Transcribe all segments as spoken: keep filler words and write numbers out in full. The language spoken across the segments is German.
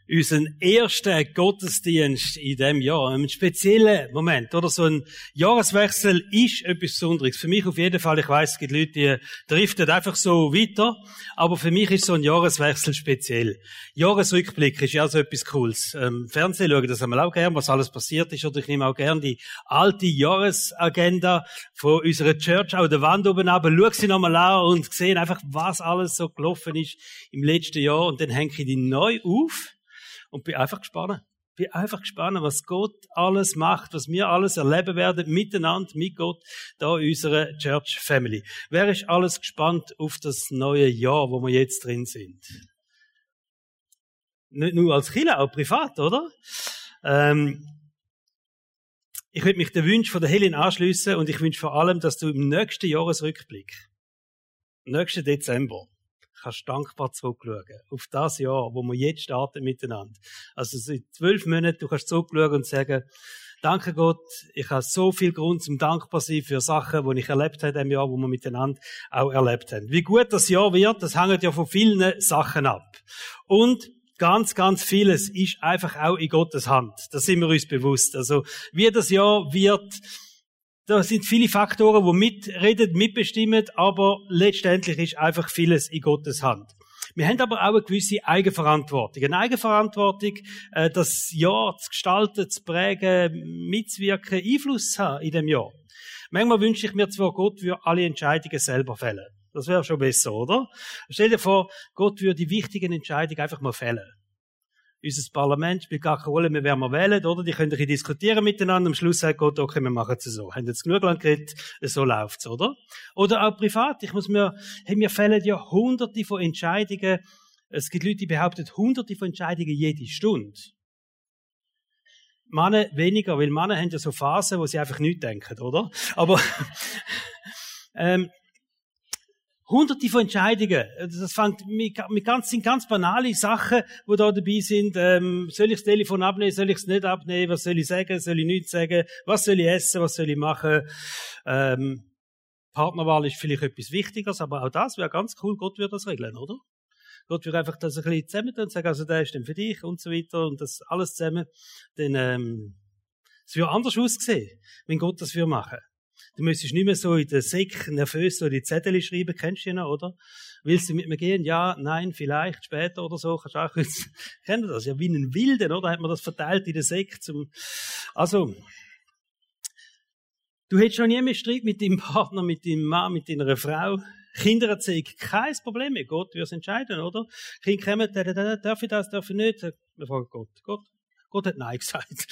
unseren ersten Gottesdienst in diesem Jahr. Ein spezieller Moment, oder? So ein Jahreswechsel ist etwas Besonderes. Für mich auf jeden Fall. Ich weiss, es gibt Leute, die driften einfach so weiter. Aber für mich ist so ein Jahreswechsel speziell. Jahresrückblick ist ja so etwas Cooles. Ähm, Fernsehen schauen das einmal auch gern, was alles passiert ist. Oder ich nehme auch gern die alte Jahresagenda von unserer Church an der Wand oben ab, schaue sie nochmal an und sehe einfach, was alles so gelaufen ist im letzten Jahr. Und dann hänge ich die neu auf. Und bin einfach gespannt. Bin einfach gespannt, was Gott alles macht, was wir alles erleben werden, miteinander, mit Gott, da in unserer Church Family. Wer ist alles gespannt auf das neue Jahr, wo wir jetzt drin sind? Nicht nur als Kirche, auch privat, oder? Ähm, ich würde mich den Wunsch von der Helen anschliessen und ich wünsche vor allem, dass du im nächsten Jahresrückblick, im nächsten Dezember, kannst dankbar zurückschauen auf das Jahr, wo wir jetzt starten miteinander. Also seit zwölf Monaten, du kannst zurückschauen und sagen, danke Gott, ich habe so viel Grund zum dankbar sein für Sachen, die ich erlebt habe in diesem Jahr, wo wir miteinander auch erlebt haben. Wie gut das Jahr wird, das hängt ja von vielen Sachen ab. Und ganz, ganz vieles ist einfach auch in Gottes Hand. Da sind wir uns bewusst. Also wie das Jahr wird, da sind viele Faktoren, die mitreden, mitbestimmen, aber letztendlich ist einfach vieles in Gottes Hand. Wir haben aber auch eine gewisse Eigenverantwortung. Eine Eigenverantwortung, das Jahr zu gestalten, zu prägen, mitzuwirken, Einfluss zu haben in dem Jahr. Manchmal wünsche ich mir zwar, Gott würde alle Entscheidungen selber fällen. Das wäre schon besser, oder? Stell dir vor, Gott würde die wichtigen Entscheidungen einfach mal fällen. Unser Parlament spielt gar keine Rolle mehr, wer wir wählen, oder? Die können ein diskutieren miteinander. Am Schluss sagt Gott, okay, wir machen es so. Haben jetzt genug lang geredet, so läuft's, oder? Oder auch privat. Ich muss mir, hey, wir fällen ja hunderte von Entscheidungen. Es gibt Leute, die behaupten, hunderte von Entscheidungen jede Stunde. Männer weniger, weil Männer haben ja so Phasen, wo sie einfach nichts denken, oder? Aber, ähm, Hunderte von Entscheidungen. Das fängt mit, mit ganz, sind ganz banale Sachen, die da dabei sind. Ähm, soll ich das Telefon abnehmen? Soll ich es nicht abnehmen? Was soll ich sagen? Soll ich nichts sagen? Was soll ich essen? Was soll ich machen? Ähm, Partnerwahl ist vielleicht etwas Wichtigeres, aber auch das wäre ganz cool. Gott würde das regeln, oder? Gott würde einfach das ein bisschen zusammen tun und sagen, also der ist dann für dich und so weiter und das alles zusammen. Dann, ähm, es würde anders aussehen, wenn Gott das würde machen. Du müsstest nicht mehr so in der Sek nervös so die Zettel schreiben, kennst du ja noch, oder? Willst du mit mir gehen? Ja, nein, vielleicht, später oder so. Kannst du auch jetzt, kennt ihr das? Ja, wie einen Wilden, oder? Hat man das verteilt in der Sek zum, also, du hättest schon nie mehr Streit mit deinem Partner, mit deinem Mann, mit deiner Frau. Kindererziehung, kein Problem mehr. Gott wird es entscheiden, oder? Kinder kommen, da, da, da, darf ich das, darf ich nicht? Wir fragen Gott. Gott, Gott hat Nein gesagt.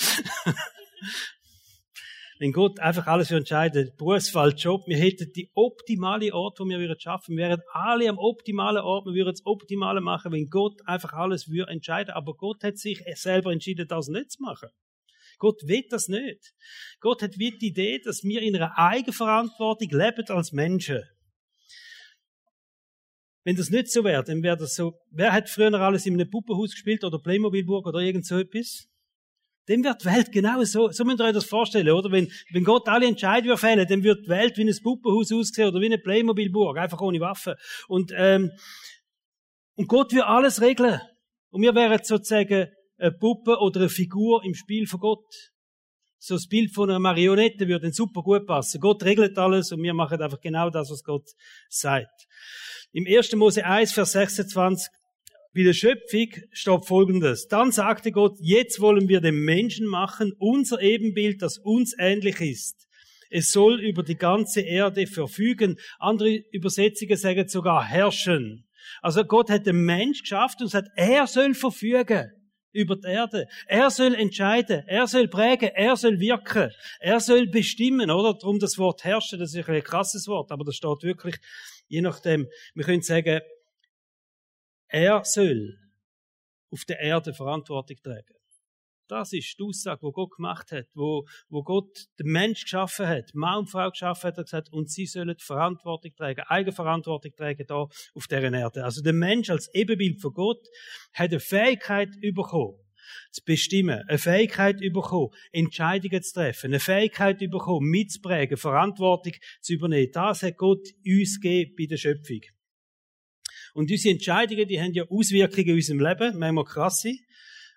Wenn Gott einfach alles für entscheidet, Berufswahl, Job, wir hätten die optimale Ort, wo wir würden schaffen, wir wären alle am optimalen Ort, wir würden das Optimale machen, wenn Gott einfach alles würde entscheiden. Aber Gott hat sich selber entschieden, das nicht zu machen. Gott will das nicht. Gott hat wie die Idee, dass wir in einer Eigenverantwortung leben als Menschen. Wenn das nicht so wäre, dann wäre das so, wer hat früher alles in einem Puppenhaus gespielt oder Playmobilburg oder irgend so etwas? Dann wird die Welt genau so, so müsst ihr euch das vorstellen, oder? Wenn, wenn Gott alle Entscheidungen fällt, dann wird die Welt wie ein Puppenhaus aussehen oder wie eine Playmobilburg, einfach ohne Waffen. Und, ähm, und Gott wird alles regeln. Und wir wären sozusagen eine Puppe oder eine Figur im Spiel von Gott. So das Bild von einer Marionette würde dann super gut passen. Gott regelt alles und wir machen einfach genau das, was Gott sagt. Im ersten Mose eins, Vers sechsundzwanzig, bei der Schöpfung steht Folgendes. Dann sagte Gott, jetzt wollen wir den Menschen machen, unser Ebenbild, das uns ähnlich ist. Es soll über die ganze Erde verfügen. Andere Übersetzungen sagen sogar herrschen. Also Gott hat den Mensch geschafft und sagt, er soll verfügen über die Erde. Er soll entscheiden, er soll prägen, er soll wirken, er soll bestimmen, oder? Darum das Wort herrschen, das ist ein krasses Wort, aber das steht wirklich, je nachdem, wir können sagen, er soll auf der Erde Verantwortung tragen. Das ist die Aussage, die Gott gemacht hat, wo, wo Gott den Mensch geschaffen hat, Mann und Frau geschaffen hat, er gesagt, und sie sollen Verantwortung tragen, Eigenverantwortung tragen da auf dieser Erde. Also der Mensch als Ebenbild von Gott hat eine Fähigkeit bekommen, zu bestimmen, eine Fähigkeit bekommen, Entscheidungen zu treffen, eine Fähigkeit bekommen, mitzuprägen, Verantwortung zu übernehmen. Das hat Gott uns gegeben bei der Schöpfung. Und unsere Entscheidungen, die haben ja Auswirkungen in unserem Leben, manchmal krasse.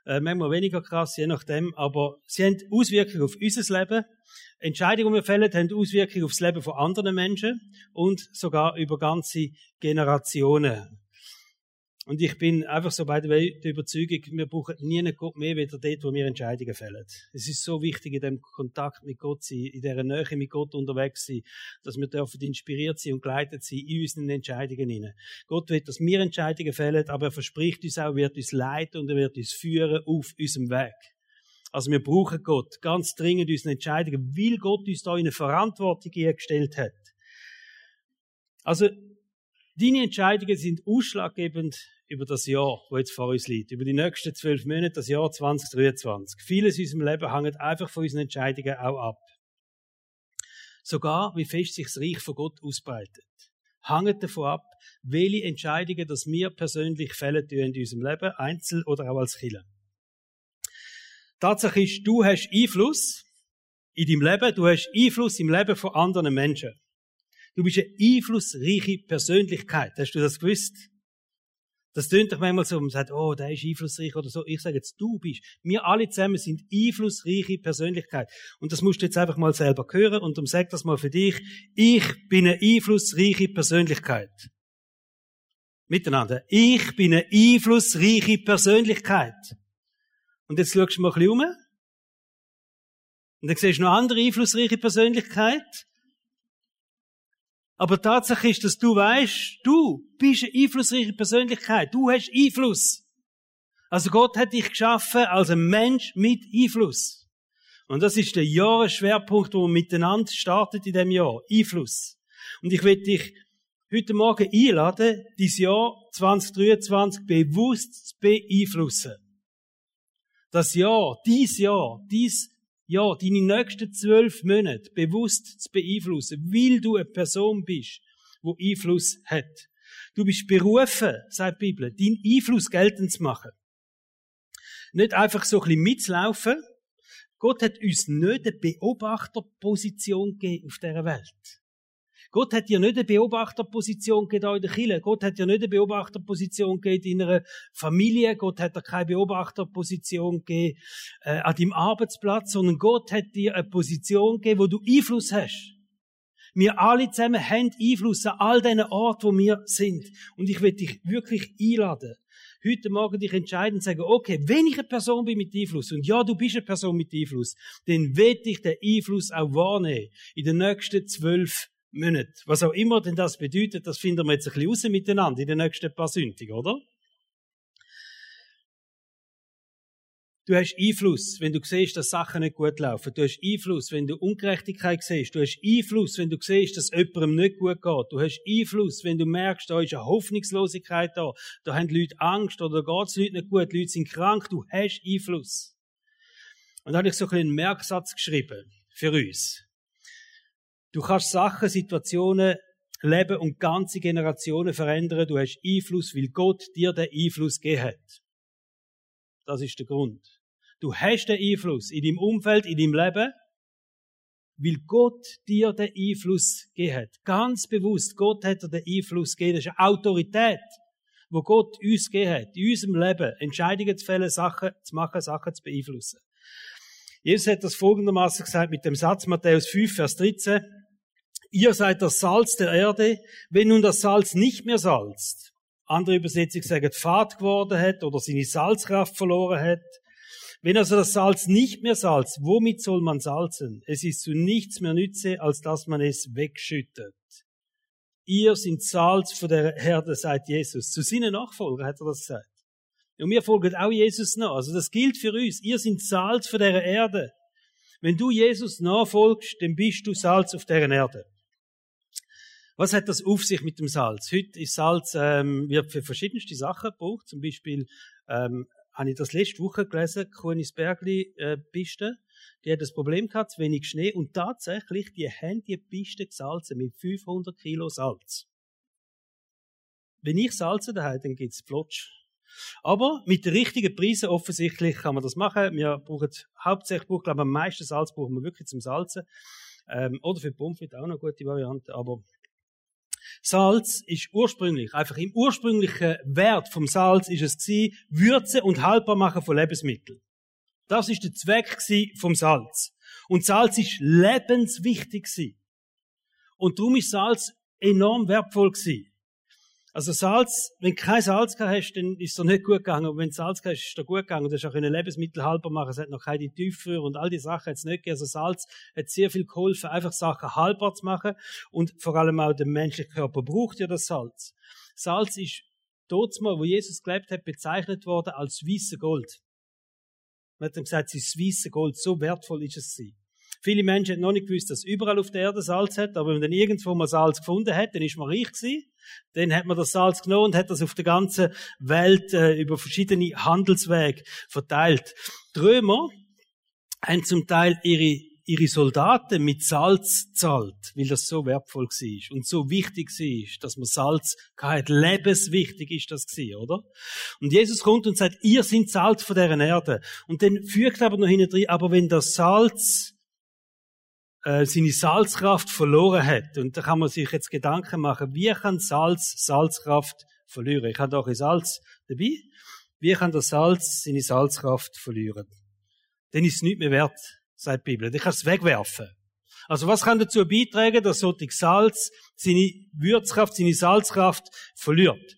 äh, manchmal weniger krass, je nachdem, aber sie haben Auswirkungen auf unser Leben. Entscheidungen, die wir fällen, haben Auswirkungen auf das Leben von anderen Menschen und sogar über ganze Generationen. Und ich bin einfach so bei der Überzeugung, wir brauchen nie einen Gott mehr, wie dort, wo wir Entscheidungen fällen. Es ist so wichtig, in dem Kontakt mit Gott sein, in dieser Nähe mit Gott unterwegs sein, dass wir dürfen inspiriert sein und geleitet sein in unseren Entscheidungen hinein. Gott will, dass wir Entscheidungen fällen, aber er verspricht uns auch, er wird uns leiten und er wird uns führen auf unserem Weg. Also wir brauchen Gott ganz dringend in unseren Entscheidungen, weil Gott uns da in eine Verantwortung gestellt hat. Also, deine Entscheidungen sind ausschlaggebend über das Jahr, das jetzt vor uns liegt. Über die nächsten zwölf Monate, das Jahr zwanzig dreiundzwanzig. Vieles in unserem Leben hängt einfach von unseren Entscheidungen auch ab. Sogar, wie fest sich das Reich von Gott ausbreitet. Hängt davon ab, welche Entscheidungen das wir persönlich fällen in unserem Leben, einzeln oder auch als Kirche. Tatsache ist, du hast Einfluss in deinem Leben, du hast Einfluss im Leben von anderen Menschen. Du bist eine einflussreiche Persönlichkeit. Hast du das gewusst? Das tönt doch manchmal so, man sagt, oh, der ist einflussreich oder so. Ich sage jetzt, du bist. Wir alle zusammen sind einflussreiche Persönlichkeit. Und das musst du jetzt einfach mal selber hören und darum sag das mal für dich. Ich bin eine einflussreiche Persönlichkeit. Miteinander. Ich bin eine einflussreiche Persönlichkeit. Und jetzt schaust du mal ein bisschen um. Und dann siehst du noch andere einflussreiche Persönlichkeit. Aber Tatsache ist, dass du weißt, du bist eine einflussreiche Persönlichkeit. Du hast Einfluss. Also Gott hat dich geschaffen als ein Mensch mit Einfluss. Und das ist der Jahresschwerpunkt, wo wir miteinander startet in diesem Jahr. Einfluss. Und ich will dich heute Morgen einladen, dieses Jahr zwanzig dreiundzwanzig bewusst zu beeinflussen. Das Jahr, dieses Jahr, dieses Ja, deine nächsten zwölf Monate bewusst zu beeinflussen, weil du eine Person bist, die Einfluss hat. Du bist berufen, sagt die Bibel, deinen Einfluss geltend zu machen. Nicht einfach so ein bisschen mitzulaufen. Gott hat uns nicht eine Beobachterposition gegeben auf dieser Welt. Gott hat dir nicht eine Beobachterposition gegeben in der Kirche. Gott hat dir nicht eine Beobachterposition gegeben in einer Familie. Gott hat dir keine Beobachterposition gegeben äh, an deinem Arbeitsplatz, sondern Gott hat dir eine Position gegeben, wo du Einfluss hast. Wir alle zusammen haben Einfluss an all diesen Orten, wo wir sind. Und ich will dich wirklich einladen, heute Morgen dich entscheiden und sagen, okay, wenn ich eine Person bin mit Einfluss, und ja, du bist eine Person mit Einfluss, dann will ich den Einfluss auch wahrnehmen in den nächsten zwölf Monate. Was auch immer denn das bedeutet, das finden wir jetzt ein bisschen raus miteinander in den nächsten paar Sündigen, oder? Du hast Einfluss, wenn du siehst, dass Sachen nicht gut laufen. Du hast Einfluss, wenn du Ungerechtigkeit siehst. Du hast Einfluss, wenn du siehst, dass jemandem nicht gut geht. Du hast Einfluss, wenn du merkst, da ist eine Hoffnungslosigkeit da. Da haben Leute Angst oder da geht es Leuten nicht gut. Leute sind krank. Du hast Einfluss. Und da habe ich so einen Merksatz geschrieben für uns. Du kannst Sachen, Situationen, Leben und ganze Generationen verändern. Du hast Einfluss, weil Gott dir den Einfluss gegeben hat. Das ist der Grund. Du hast den Einfluss in deinem Umfeld, in deinem Leben, weil Gott dir den Einfluss gegeben hat. Ganz bewusst, Gott hat dir den Einfluss gegeben. Das ist eine Autorität, wo Gott uns gegeben hat, in unserem Leben Entscheidungen zu fällen, Sachen zu machen, Sachen zu beeinflussen. Jesus hat das folgendermaßen gesagt mit dem Satz, Matthäus fünf, Vers dreizehn. Ihr seid das Salz der Erde. Wenn nun das Salz nicht mehr salzt, andere Übersetzungen sagen, fad geworden hat oder seine Salzkraft verloren hat. Wenn also das Salz nicht mehr salzt, womit soll man salzen? Es ist zu nichts mehr nütze, als dass man es wegschüttet. Ihr seid Salz von der Erde, sagt Jesus. Zu seinen Nachfolgern hat er das gesagt. Und wir folgen auch Jesus nach. Also das gilt für uns. Ihr seid Salz von der Erde. Wenn du Jesus nachfolgst, dann bist du Salz auf der Erde. Was hat das auf sich mit dem Salz? Heute ist Salz, ähm, wird für verschiedenste Sachen gebraucht. Zum Beispiel, ähm, habe ich das letzte Woche gelesen, Kunisbergli-Piste. Die hat das Problem gehabt, zu wenig Schnee. Und tatsächlich, die haben die Piste gesalzen mit fünfhundert Kilo Salz. Wenn ich salze daheim, dann gibt's Flotsch. Aber mit den richtigen Preisen offensichtlich kann man das machen. Wir brauchen hauptsächlich, glaube ich, am meisten Salz brauchen wir wirklich zum Salzen. Ähm, oder für Pommes frites auch noch eine gute Variante. Aber Salz ist ursprünglich, einfach im ursprünglichen Wert vom Salz ist es gewesen, Würze und haltbar machen von Lebensmitteln. Das ist der Zweck vom Salz. Und Salz ist lebenswichtig gewesen. Und darum ist Salz enorm wertvoll gewesen. Also Salz, wenn du kein Salz gehabt hast, dann ist es dir nicht gut gegangen. Aber wenn du Salz gehabt hast, ist es dir gut gegangen. Du hast auch Lebensmittel haltbar machen. Es hat noch keine Tiefrührer und all die Sachen hat es nicht gegeben. Also Salz hat sehr viel geholfen, einfach Sachen haltbar zu machen. Und vor allem auch der menschliche Körper braucht ja das Salz. Salz ist dort mal, wo Jesus gelebt hat, bezeichnet worden als weiße Gold. Man hat dann gesagt, es ist weiße Gold. So wertvoll ist es gewesen. Viele Menschen haben noch nicht gewusst, dass überall auf der Erde Salz hat, aber wenn man dann irgendwo mal Salz gefunden hat, dann ist man reich gewesen. Dann hat man das Salz genommen und hat das auf der ganzen Welt äh, über verschiedene Handelswege verteilt. Die Römer haben zum Teil ihre, ihre Soldaten mit Salz gezahlt, weil das so wertvoll war und so wichtig war, dass man Salz hatte. Lebenswichtig ist das gewesen, oder? Und Jesus kommt und sagt, ihr seid Salz von dieser Erde. Und dann fügt aber noch hinten drin, aber wenn das Salz seine Salzkraft verloren hat. Und da kann man sich jetzt Gedanken machen, wie kann Salz Salzkraft verlieren? Ich habe da auch ein Salz dabei. Wie kann das Salz seine Salzkraft verlieren? Dann ist es nicht mehr wert, sagt die Bibel. Dann kannst du es wegwerfen. Also was kann dazu beitragen, dass solche Salz seine Würzkraft, seine Salzkraft verliert?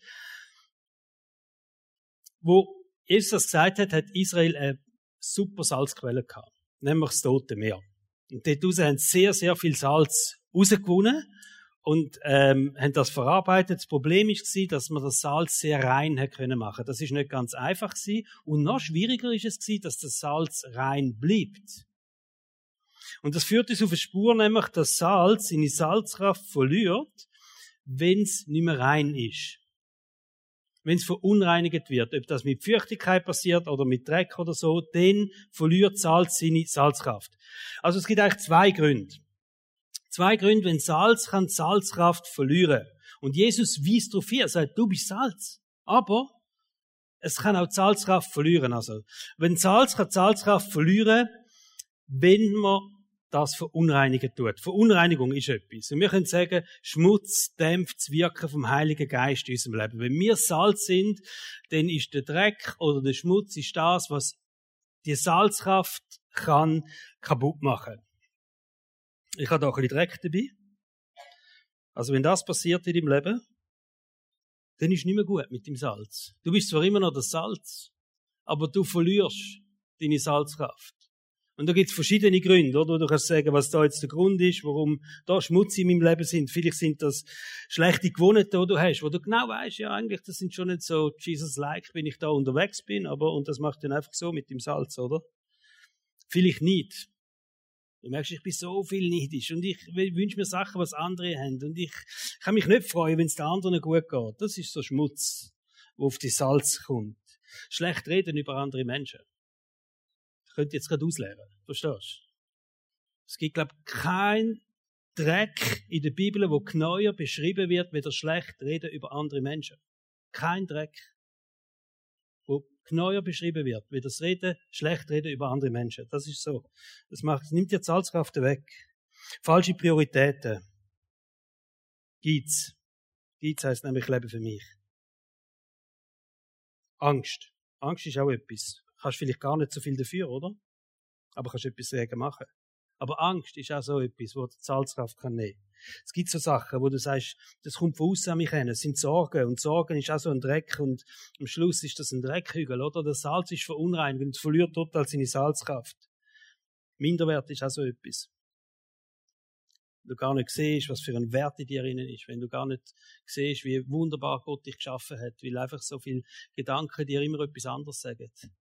Wo Jesus das gesagt hat, hat Israel eine super Salzquelle gehabt. Nämlich das Tote Meer. Und dort raus haben sehr, sehr viel Salz rausgewonnen und ähm, haben das verarbeitet. Das Problem war, dass man das Salz sehr rein hat können machen. Das ist nicht ganz einfach gewesen. Und noch schwieriger ist es gewesen, dass das Salz rein bleibt. Und das führt uns auf eine Spur, nämlich, dass Salz seine Salzkraft verliert, wenn es nicht mehr rein ist. Wenn es verunreinigt wird, ob das mit Feuchtigkeit passiert oder mit Dreck oder so, dann verliert Salz seine Salzkraft. Also es gibt eigentlich zwei Gründe. Zwei Gründe, wenn Salz kann Salzkraft verlieren. Und Jesus weist darauf hin, er sagt, du bist Salz. Aber es kann auch Salzkraft verlieren. Also, wenn Salz kann Salzkraft verlieren, wenn man das verunreinigen tut. Verunreinigung ist etwas. Und wir können sagen, Schmutz dämpft das Wirken vom Heiligen Geist in unserem Leben. Wenn wir Salz sind, dann ist der Dreck oder der Schmutz ist das, was die Salzkraft kann kaputt machen. Ich habe da ein bisschen Dreck dabei. Also wenn das passiert in deinem Leben, dann ist es nicht mehr gut mit dem Salz. Du bist zwar immer noch das Salz, aber du verlierst deine Salzkraft. Und da gibt es verschiedene Gründe, oder? Du kannst sagen, was da jetzt der Grund ist, warum da Schmutz in meinem Leben sind. Vielleicht sind das schlechte Gewohnheiten, die du hast, wo du genau weißt, ja, eigentlich, das sind schon nicht so Jesus-like, wenn ich da unterwegs bin, aber, und das macht dann einfach so mit dem Salz, oder? Vielleicht nicht. Du merkst, ich bin so viel neidisch und ich wünsche mir Sachen, was andere haben. Und ich kann mich nicht freuen, wenn es den anderen gut geht. Das ist so Schmutz, der auf die Salz kommt. Schlecht reden über andere Menschen. Ich könnte jetzt gerade ausleeren. Verstehst du? Es gibt, glaube ich, keinen Dreck in der Bibel, wo genauer beschrieben wird, wie das schlecht reden über andere Menschen. Kein Dreck, wo genauer beschrieben wird, wie das Reden, schlecht reden über andere Menschen. Das ist so. Das macht, das nimmt die Salzkraft weg. Falsche Prioritäten. Geiz. Geiz heisst nämlich Leben für mich. Angst. Angst ist auch etwas. Kannst vielleicht gar nicht so viel dafür, oder? Aber kannst etwas dagegen machen. Aber Angst ist auch so etwas, wo die Salzkraft kann nehmen. Es gibt so Sachen, wo du sagst, das kommt von außen an mich hin. Es sind Sorgen. Und Sorgen ist auch so ein Dreck. Und am Schluss ist das ein Dreckhügel, oder? Das Salz ist verunreinigt und es verliert total seine Salzkraft. Minderwert ist auch so etwas. Wenn du gar nicht siehst, was für ein Wert in dir drin ist. Wenn du gar nicht siehst, wie wunderbar Gott dich geschaffen hat. Weil einfach so viele Gedanken dir immer etwas anderes sagen.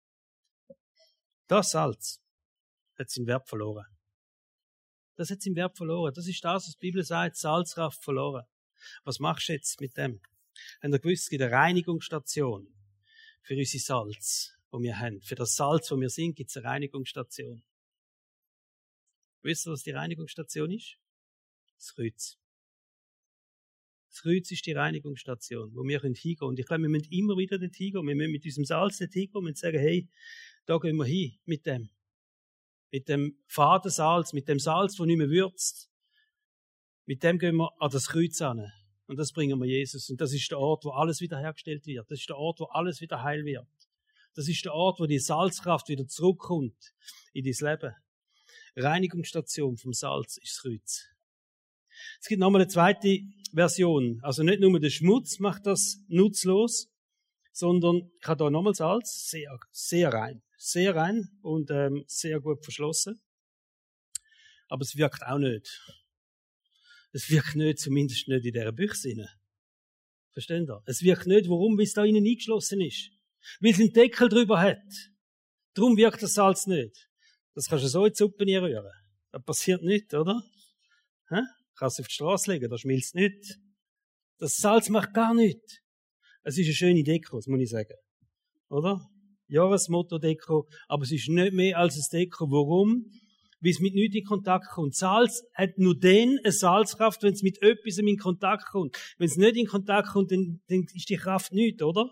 Das Salz hat seinen Wert verloren. Das hat seinen Wert verloren. Das ist das, was die Bibel sagt, Salzkraft verloren. Was machst du jetzt mit dem? Habt ihr gewusst, es gibt eine Reinigungsstation für unsere Salz, die wir haben. Für das Salz, wo wir sind, gibt es eine Reinigungsstation. Wisst ihr, was die Reinigungsstation ist? Das Kreuz. Das Kreuz ist die Reinigungsstation, wo wir hingehen können. Und ich glaube, wir müssen immer wieder dort hingehen. Wir müssen mit unserem Salz dort hingehen und sagen, hey, da gehen wir hin mit dem. Mit dem Fadensalz, mit dem Salz, das nicht mehr würzt. Mit dem gehen wir an das Kreuz an. Und das bringen wir Jesus. Und das ist der Ort, wo alles wiederhergestellt wird. Das ist der Ort, wo alles wieder heil wird. Das ist der Ort, wo die Salzkraft wieder zurückkommt in dein Leben. Reinigungsstation vom Salz ist das Kreuz. Es gibt nochmal eine zweite Version. Also nicht nur der Schmutz macht das nutzlos, sondern ich habe da nochmal Salz, sehr, sehr rein. Sehr rein und ähm, sehr gut verschlossen. Aber es wirkt auch nicht. Es wirkt nicht, zumindest nicht in dieser Büchse. Versteht ihr? Es wirkt nicht, warum? Weil es da innen eingeschlossen ist. Weil es einen Deckel drüber hat. Darum wirkt das Salz nicht. Das kannst du so in die Suppe nie rühren. Das passiert nicht, oder? Hä? Kannst du auf die Straße legen, das schmilzt nicht. Das Salz macht gar nichts. Es ist eine schöne Deko, das muss ich sagen. Oder? Jahresmotto-Deko, aber es ist nicht mehr als ein Deko. Warum? Weil es mit nichts in Kontakt kommt. Salz hat nur dann eine Salzkraft, wenn es mit etwas in Kontakt kommt. Wenn es nicht in Kontakt kommt, dann, dann ist die Kraft nichts, oder?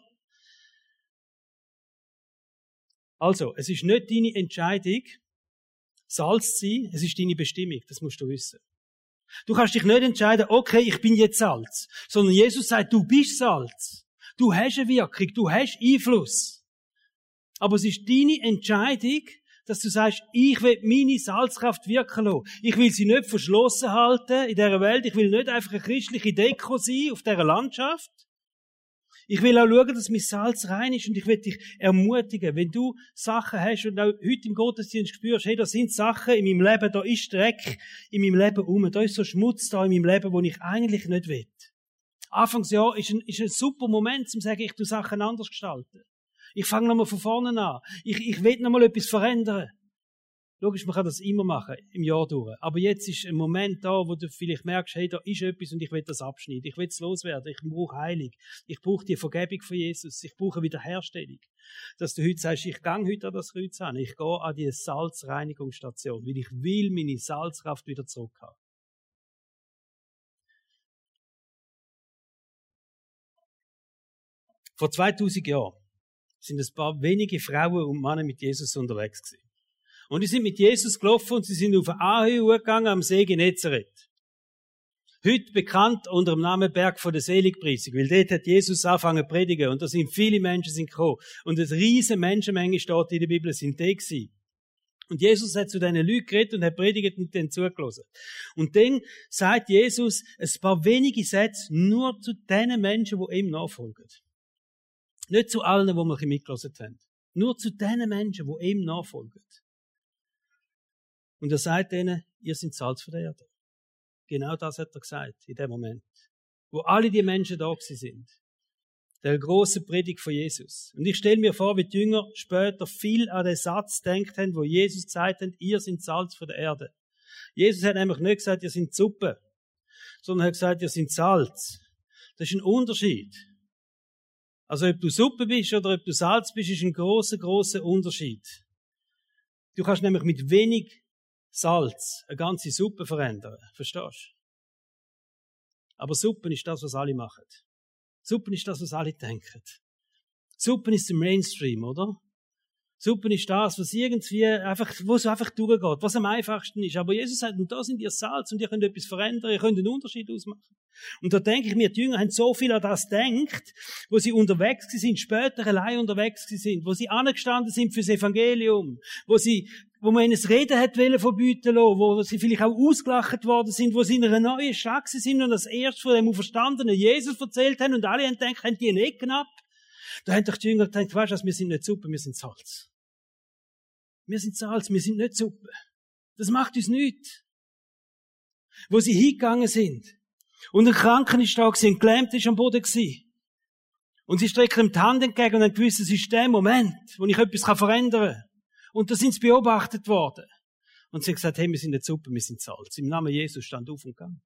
Also, es ist nicht deine Entscheidung, Salz zu sein, es ist deine Bestimmung, das musst du wissen. Du kannst dich nicht entscheiden, okay, ich bin jetzt Salz, sondern Jesus sagt, du bist Salz. Du hast eine Wirkung, du hast Einfluss. Aber es ist deine Entscheidung, dass du sagst, ich will meine Salzkraft wirken lassen. Ich will sie nicht verschlossen halten in dieser Welt. Ich will nicht einfach eine christliche Deko sein auf dieser Landschaft. Ich will auch schauen, dass mein Salz rein ist und ich will dich ermutigen, wenn du Sachen hast und auch heute im Gottesdienst spürst, hey, da sind Sachen in meinem Leben, da ist Dreck in meinem Leben rum, da ist so Schmutz da in meinem Leben, den ich eigentlich nicht will. Anfangsjahr ist ein, ist ein super Moment, um zu sagen, ich tu Sachen anders gestalten. Ich fange nochmal von vorne an. Ich, ich will nochmal etwas verändern. Logisch, man kann das immer machen, im Jahr durch. Aber jetzt ist ein Moment da, wo du vielleicht merkst, hey, da ist etwas und ich will das abschneiden. Ich will es loswerden. Ich brauche Heilung. Ich brauche die Vergebung von Jesus. Ich brauche Wiederherstellung. Dass du heute sagst, ich gehe heute an das Kreuz an. Ich gehe an die Salzreinigungsstation, weil ich will meine Salzkraft wieder zurückhaben. Vor zweitausend Jahren sind ein paar wenige Frauen und Männer mit Jesus unterwegs gewesen. Und die sind mit Jesus gelaufen und sie sind auf eine Anhöhe gegangen am See Genezareth. Heute bekannt unter dem Namen Berg von der Seligpreisung, weil dort hat Jesus angefangen zu predigen und da sind viele Menschen sind gekommen. Und eine riesige Menschenmenge steht in der Bibel, sind die gewesen. Und Jesus hat zu diesen Leuten geredet und hat predigt und denen zugelassen. Und dann sagt Jesus ein paar wenige Sätze nur zu den Menschen, die ihm nachfolgen. Nicht zu allen, die wir ein bisschen mitgelassen haben. Nur zu den Menschen, die ihm nachfolgen. Und er sagt ihnen, ihr seid Salz von der Erde. Genau das hat er gesagt, in dem Moment. Wo alle die Menschen da sind. Der grosse Predigt von Jesus. Und ich stelle mir vor, wie die Jünger später viel an den Satz gedacht haben, wo Jesus gesagt hat, ihr seid Salz von der Erde. Jesus hat nämlich nicht gesagt, ihr seid Suppe, sondern er hat gesagt, ihr seid Salz. Das ist ein Unterschied. Also ob du Suppe bist oder ob du Salz bist, ist ein grosser, grosser Unterschied. Du kannst nämlich mit wenig Salz eine ganze Suppe verändern. Verstehst du? Aber Suppen ist das, was alle machen. Suppen ist das, was alle denken. Suppen ist der Mainstream, oder? Suppen ist das, was irgendwie einfach, wo es einfach durchgeht, was am einfachsten ist. Aber Jesus sagt, und da sind ihr Salz und ihr könnt etwas verändern, ihr könnt einen Unterschied ausmachen. Und da denke ich mir, die Jünger haben so viel an das gedacht, wo sie unterwegs sind, später allein unterwegs sind, wo sie angestanden sind fürs Evangelium, wo sie, wo man ihnen das Reden hat wollen verbieten lassen, wo sie vielleicht auch ausgelacht worden sind, wo sie in einer neuen Stadt sind und das erst von dem Auferstandenen Jesus erzählt haben und alle haben gedacht, haben die einen Ecken ab? Da haben doch die Jünger gedacht, weißt du, wir sind nicht Suppe, wir sind Salz. Wir sind Salz, wir sind nicht Suppe. Das macht uns nichts. Wo sie hingegangen sind. Und ein Kranken ist da gewesen, ein Gelähmter ist am Boden gewesen. Und sie strecken ihm die Hand entgegen und haben gewusst, es ist der Moment, wo ich etwas verändern kann. Und da sind sie beobachtet worden. Und sie haben gesagt, hey, wir sind nicht Suppe, wir sind Salz. Im Namen Jesus stand auf und gegangen.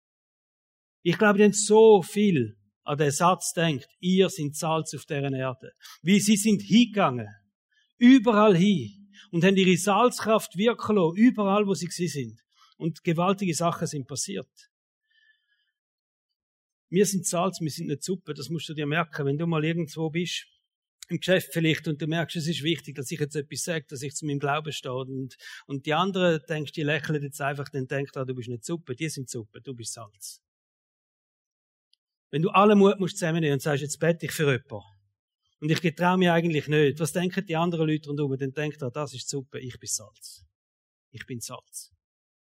Ich glaube, die haben so viel an den Satz denkt, ihr seid Salz auf dieser Erde. Wie sie sind hingegangen. Überall hin. Und haben ihre Salzkraft wirken lassen, überall, wo sie gewesen sind. Und gewaltige Sachen sind passiert. Wir sind Salz, wir sind nicht Suppe, das musst du dir merken, wenn du mal irgendwo bist, im Geschäft vielleicht, und du merkst, es ist wichtig, dass ich jetzt etwas sage, dass ich zu meinem Glauben stehe. Und, und die anderen, denkst, die lächeln jetzt einfach, dann denkt, ah, du bist nicht Suppe, die sind Suppe, du bist Salz. Wenn du allen Mut musst zusammennehmen und sagst, jetzt bete ich für jemanden. Und ich getraue mir eigentlich nicht. Was denken die anderen Leute rundherum? Dann denkt er, das ist super, ich bin Salz. Ich bin Salz.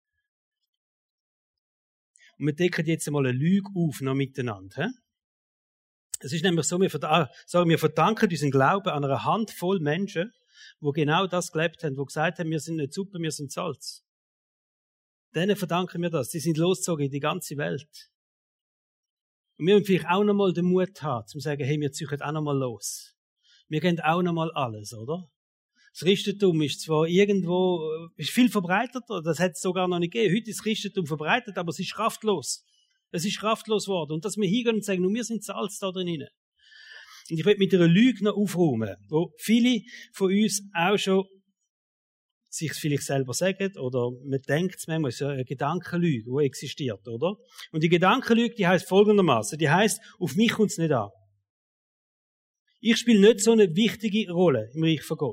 Und wir decken jetzt einmal eine Lüge auf, noch miteinander. He? Es ist nämlich so, wir, sagen, wir verdanken unseren Glauben an einer Handvoll Menschen, die genau das gelebt haben, die gesagt haben, wir sind nicht Suppe, wir sind Salz. Denen verdanken wir das. Die sind losgezogen in die ganze Welt. Und wir müssen vielleicht auch noch mal den Mut haben, zu sagen, hey, wir ziehen auch noch mal los. Wir gehen auch noch mal alles, oder? Das Christentum ist zwar irgendwo, ist viel verbreiteter, das hat es sogar noch nicht gegeben. Heute ist das Christentum verbreitet, aber es ist kraftlos. Es ist kraftlos geworden. Und dass wir hingehen und sagen, wir sind Salz da drin. Und ich will mit einer Lüge noch aufräumen, wo viele von uns auch schon sich vielleicht selber sagen, oder man denkt es manchmal, es ist eine Gedankenlüge, die existiert, oder? Und die Gedankenlüge, die heisst folgendermaßen, die heisst, auf mich kommt es nicht an. Ich spiele nicht so eine wichtige Rolle im Reich von Gott.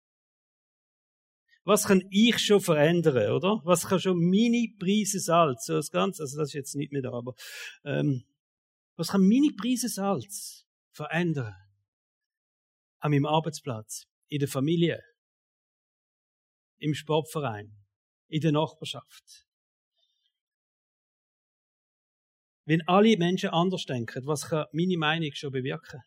Was kann ich schon verändern, oder? Was kann schon meine Prise Salz, so das Ganze, also das ist jetzt nicht mehr da, aber, ähm, was kann meine Prise Salz verändern? An meinem Arbeitsplatz, in der Familie, im Sportverein, in der Nachbarschaft. Wenn alle Menschen anders denken, was kann meine Meinung schon bewirken?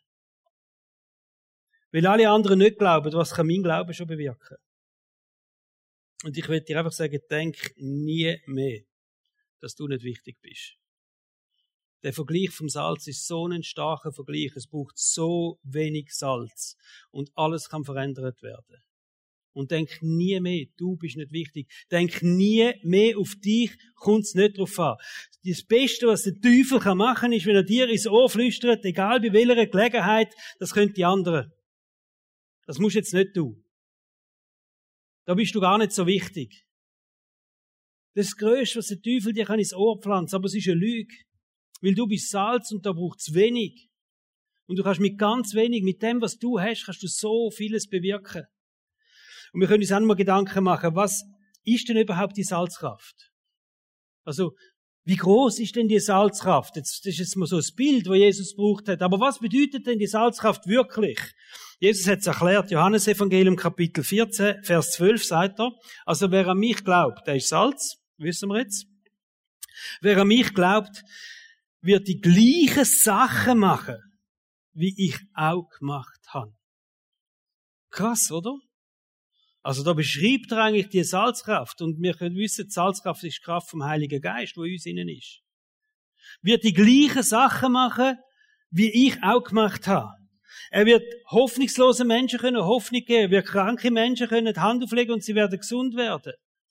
Weil alle anderen nicht glauben, was kann mein Glaube schon bewirken? Und ich will dir einfach sagen, denk nie mehr, dass du nicht wichtig bist. Der Vergleich vom Salz ist so ein starker Vergleich. Es braucht so wenig Salz. Und alles kann verändert werden. Und denk nie mehr, du bist nicht wichtig. Denk nie mehr, auf dich kommt es nicht drauf an. Das Beste, was der Teufel kann machen, ist, wenn er dir ins Ohr flüstert, egal bei welcher Gelegenheit, das können die anderen. Das musst jetzt nicht du. Da bist du gar nicht so wichtig. Das ist das Größte, was der Teufel dir kann ins Ohr pflanzen, aber es ist eine Lüge. Weil du bist Salz und da braucht es wenig. Und du kannst mit ganz wenig, mit dem, was du hast, kannst du so vieles bewirken. Und wir können uns auch mal Gedanken machen, was ist denn überhaupt die Salzkraft? Also, wie groß ist denn die Salzkraft? Jetzt, das ist jetzt mal so ein Bild, das Jesus gebraucht hat. Aber was bedeutet denn die Salzkraft wirklich? Jesus hat es erklärt, Johannesevangelium Kapitel vierzehn, Vers zwölf sagt er, also wer an mich glaubt, der ist Salz, wissen wir jetzt. Wer an mich glaubt, wird die gleichen Sachen machen, wie ich auch gemacht habe. Krass, oder? Also da beschreibt er eigentlich die Salzkraft. Und wir können wissen, die Salzkraft ist die Kraft vom Heiligen Geist, die in uns innen ist. Wird die gleichen Sachen machen, wie ich auch gemacht habe. Er wird hoffnungslosen Menschen können Hoffnung geben. Er wird kranke Menschen können die Hand auflegen und sie werden gesund werden.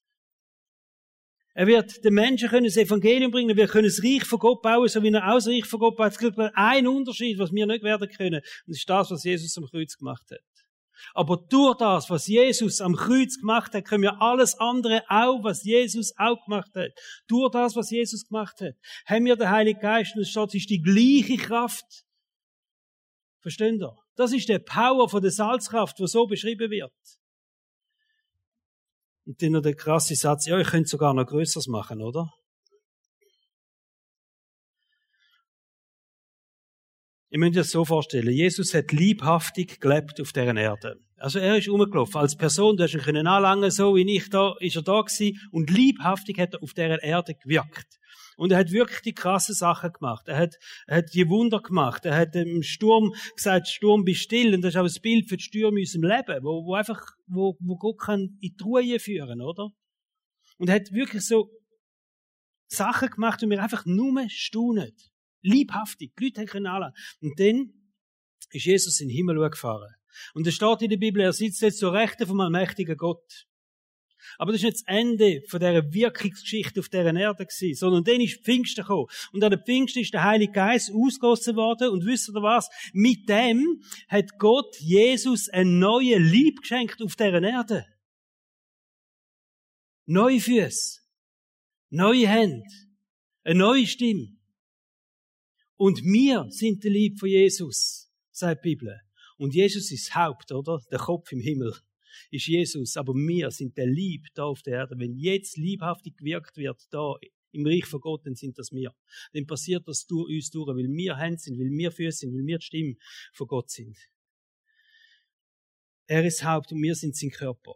Er wird den Menschen können das Evangelium bringen. Wir können das Reich von Gott bauen, so wie er auch das Reich von Gott baut. Es gibt einen Unterschied, was wir nicht werden können. Und das ist das, was Jesus am Kreuz gemacht hat. Aber durch das, was Jesus am Kreuz gemacht hat, können wir alles andere auch, was Jesus auch gemacht hat. Durch das, was Jesus gemacht hat, haben wir den Heiligen Geist und es steht, es ist die gleiche Kraft. Versteht ihr? Das ist der Power von der Salzkraft, die so beschrieben wird. Und dann noch der krasse Satz, ja, ihr könnt sogar noch Größeres machen, oder? Ich möchte das so vorstellen. Jesus hat liebhaftig gelebt auf dieser Erde. Also er ist rumgelaufen. Als Person, du hast ihn können anlangen, so wie ich da, ist er da gewesen. Und liebhaftig hat er auf dieser Erde gewirkt. Und er hat wirklich die krassen Sachen gemacht. Er hat, er hat die Wunder gemacht. Er hat dem Sturm gesagt, Sturm, bist still. Und das ist auch ein Bild für die Stürme in unserem Leben, wo, wo einfach, wo, wo Gott kann in die Ruhe führen, oder? Und er hat wirklich so Sachen gemacht, und wir einfach nur staunen. Liebhaftig. Die Leute können alle. Und dann ist Jesus in den Himmel gefahren. Und es steht in der Bibel, er sitzt jetzt zur Rechten vom allmächtigen Gott. Aber das ist nicht das Ende von dieser Wirkungsgeschichte auf dieser Erde gewesen, sondern dann ist Pfingsten gekommen. Und an der Pfingsten ist der Heilige Geist ausgegossen worden. Und wisst ihr was? Mit dem hat Gott Jesus einen neuen Leib geschenkt auf dieser Erde. Neue Füße. Neue Hände. Eine neue Stimme. Und wir sind der Leib von Jesus, sagt die Bibel. Und Jesus ist das Haupt, oder? Der Kopf im Himmel ist Jesus. Aber wir sind der Leib da auf der Erde. Wenn jetzt liebhaftig gewirkt wird, da im Reich von Gott, dann sind das wir. Dann passiert das durch uns durch, weil wir Hände sind, weil wir Füße sind, weil wir die Stimme von Gott sind. Er ist Haupt und wir sind sein Körper.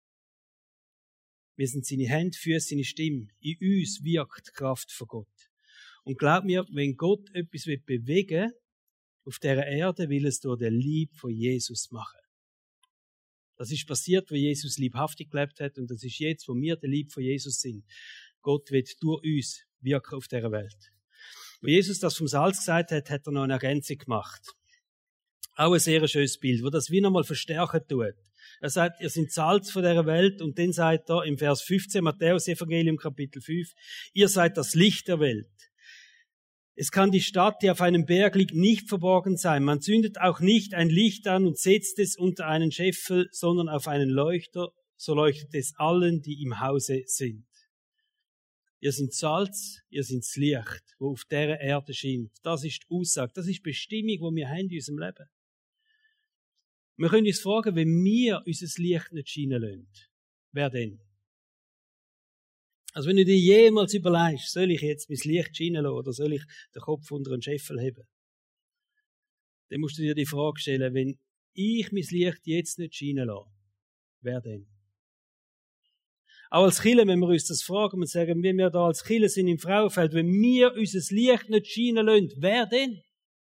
Wir sind seine Hände, Füße, seine Stimme. In uns wirkt die Kraft von Gott. Und glaub mir, wenn Gott etwas bewegen will, auf dieser Erde, will es durch den Lieb von Jesus machen. Das ist passiert, wo Jesus liebhaftig gelebt hat, und das ist jetzt, wo wir der Lieb von Jesus sind. Gott wird durch uns wirken auf dieser Welt. Wo Jesus das vom Salz gesagt hat, hat er noch eine Ergänzung gemacht. Auch ein sehr schönes Bild, wo das wie nochmal verstärken tut. Er sagt, ihr seid Salz von dieser Welt, und dann sagt er im Vers fünfzehn, Matthäus Evangelium Kapitel fünf, ihr seid das Licht der Welt. Es kann die Stadt, die auf einem Berg liegt, nicht verborgen sein. Man zündet auch nicht ein Licht an und setzt es unter einen Scheffel, sondern auf einen Leuchter, so leuchtet es allen, die im Hause sind. Ihr seid Salz, ihr seid das Licht, wo auf dieser Erde scheint. Das ist die Aussage, das ist die Bestimmung, die wir haben in unserem Leben. Wir können uns fragen, wenn wir unser Licht nicht scheinen lassen, wer denn? Also wenn du dir jemals überlegst, soll ich jetzt mein Licht scheinen lassen oder soll ich den Kopf unter einen Scheffel heben? Dann musst du dir die Frage stellen, wenn ich mein Licht jetzt nicht scheinen lasse, wer denn? Auch als Kirche, wenn wir uns das fragen und sagen, wenn wir da als Kirche sind im Frauenfeld, wenn wir unser Licht nicht scheinen lassen, wer denn?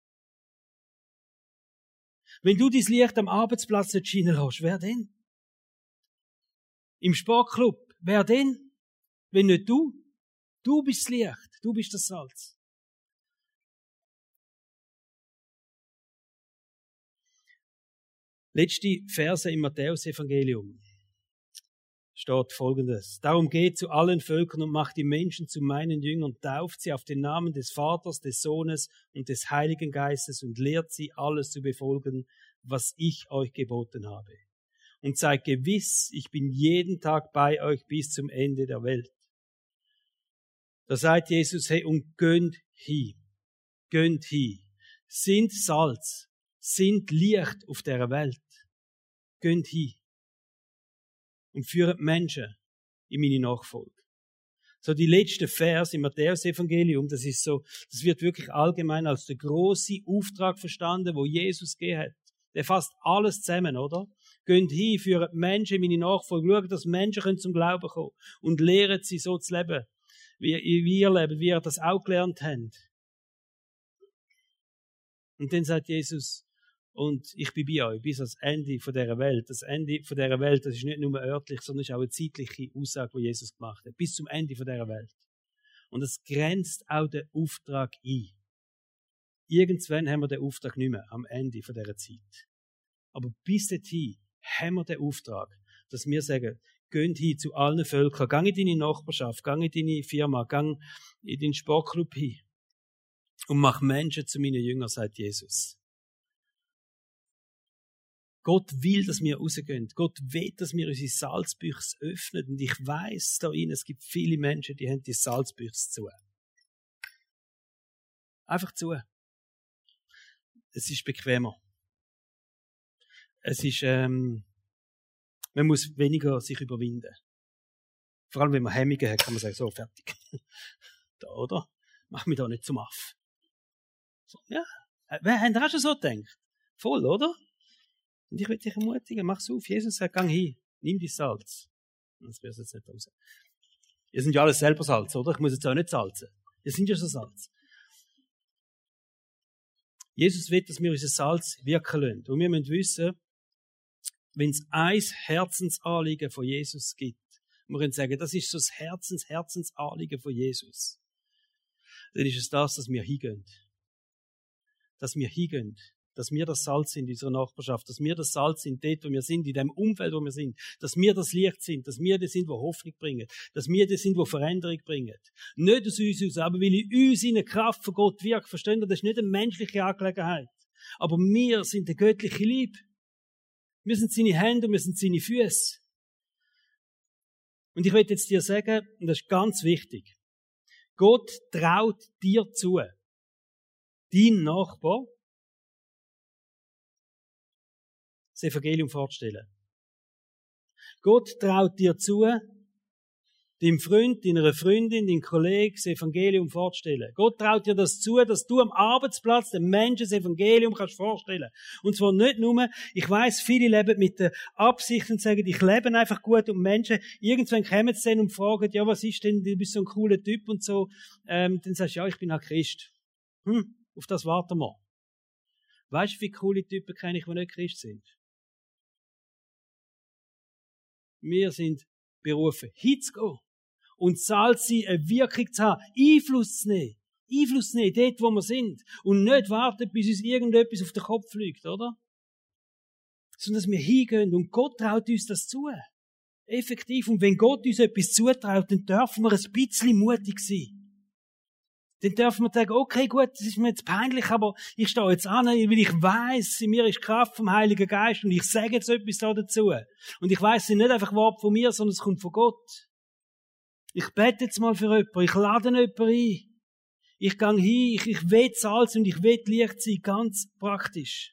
Wenn du dein Licht am Arbeitsplatz nicht scheinen lässt, wer denn? Im Sportclub, wer denn? Wenn nicht du, du bist das Licht, du bist das Salz. Letzte Verse im Matthäus-Evangelium steht Folgendes. Darum geht zu allen Völkern und macht die Menschen zu meinen Jüngern, tauft sie auf den Namen des Vaters, des Sohnes und des Heiligen Geistes und lehrt sie, alles zu befolgen, was ich euch geboten habe. Und seid gewiss, ich bin jeden Tag bei euch bis zum Ende der Welt. Da sagt Jesus, hey, und gönnt hin, gönnt hin, sind Salz, sind Licht auf dieser Welt, gönnt hin und führt Menschen in meine Nachfolge. So die letzte Vers im Matthäus-Evangelium, das ist so, das wird wirklich allgemein als der große Auftrag verstanden, wo Jesus gegeben hat. Der fasst alles zusammen, oder? Gönnt hin, führt Menschen in meine Nachfolge, schaut, dass Menschen können zum Glauben kommen und lehren sie so zu leben, wie wir leben, wie ihr das auch gelernt habt. Und dann sagt Jesus, und ich bin bei euch bis ans Ende von dieser Welt. Das Ende von dieser Welt, das ist nicht nur örtlich, sondern ist auch eine zeitliche Aussage, die Jesus gemacht hat. Bis zum Ende von dieser Welt. Und es grenzt auch den Auftrag ein. Irgendwann haben wir den Auftrag nicht mehr, am Ende von dieser Zeit. Aber bis dahin haben wir den Auftrag, dass wir sagen, geht hin zu allen Völkern, gang in deine Nachbarschaft, gang in deine Firma, gang in den Sportclub hin und mach Menschen zu meinen Jüngern, sagt Jesus. Gott will, dass wir rausgehen. Gott will, dass wir unsere Salzbüchse öffnen. Und ich weiss da innen, es gibt viele Menschen, die haben die Salzbüchse zu. Einfach zu. Es ist bequemer. Es ist, ähm, man muss weniger sich überwinden. Vor allem, wenn man Hemmungen hat, kann man sagen, so, fertig. Da, oder? Mach mich da nicht zum Aff. So, ja. Wer hat auch schon so gedacht? Voll, oder? Und ich will dich ermutigen, mach's auf. Jesus sagt, gang hin, nimm die Salz. Das wäre jetzt nicht raus. Ihr sind ja alle selber Salz, oder? Ich muss jetzt auch nicht salzen. Ihr sind ja schon Salz. Jesus will, dass wir unser Salz wirken lassen. Und wir müssen wissen, wenn es ein Herzensanliegen von Jesus gibt, wir können sagen, das ist so das Herzens, Herzensanliegen von Jesus, dann ist es das, dass wir hingehen. Dass wir hingehen. Dass wir das Salz sind in unserer Nachbarschaft, dass wir das Salz sind dort, wo wir sind, in dem Umfeld, wo wir sind, dass wir das Licht sind, dass wir das sind, wo Hoffnung bringen, dass wir das sind, wo Veränderung bringen. Nicht aus uns aus, aber weil in uns in der Kraft von Gott wirkt. Verstehen ihr, das ist nicht eine menschliche Angelegenheit. Aber wir sind der göttliche Lieb. Wir sind seine Hände und wir sind seine Füße. Und ich will jetzt dir sagen, und das ist ganz wichtig, Gott traut dir zu, dein Nachbar, das Evangelium vorzustellen. Gott traut dir zu, deinem Freund, deiner Freundin, deinem Kollegen das Evangelium vorzustellen. Gott traut dir das zu, dass du am Arbeitsplatz den Menschen das Evangelium kannst vorstellen. Und zwar nicht nur, ich weiss, viele leben mit der Absicht und sagen, ich lebe einfach gut und Menschen, irgendwann kommen sie dann und fragen, ja, was ist denn, du bist so ein cooler Typ und so. Ähm, dann sagst du, ja, ich bin halt Christ. Hm, auf das warten wir. Weißt du, wie coole Typen kenne ich, die nicht Christ sind? Wir sind berufen, hinzugehen und Salz sein, eine Wirkung zu haben, Einfluss zu nehmen. Einfluss zu nehmen, dort, wo wir sind. Und nicht warten, bis uns irgendetwas auf den Kopf fliegt, oder? Sondern dass wir hingehen und Gott traut uns das zu. Effektiv. Und wenn Gott uns etwas zutraut, dann dürfen wir ein bisschen mutig sein. Dann dürfen wir sagen, okay, gut, das ist mir jetzt peinlich, aber ich stehe jetzt an, weil ich weiss, in mir ist Kraft vom Heiligen Geist und ich sage jetzt etwas da dazu. Und ich weiss, es sind nicht einfach Worte von mir, sondern es kommt von Gott. Ich bete jetzt mal für jemanden, ich lade jemanden ein. Ich gehe hin, ich, ich will Salz und ich will Licht sein, ganz praktisch.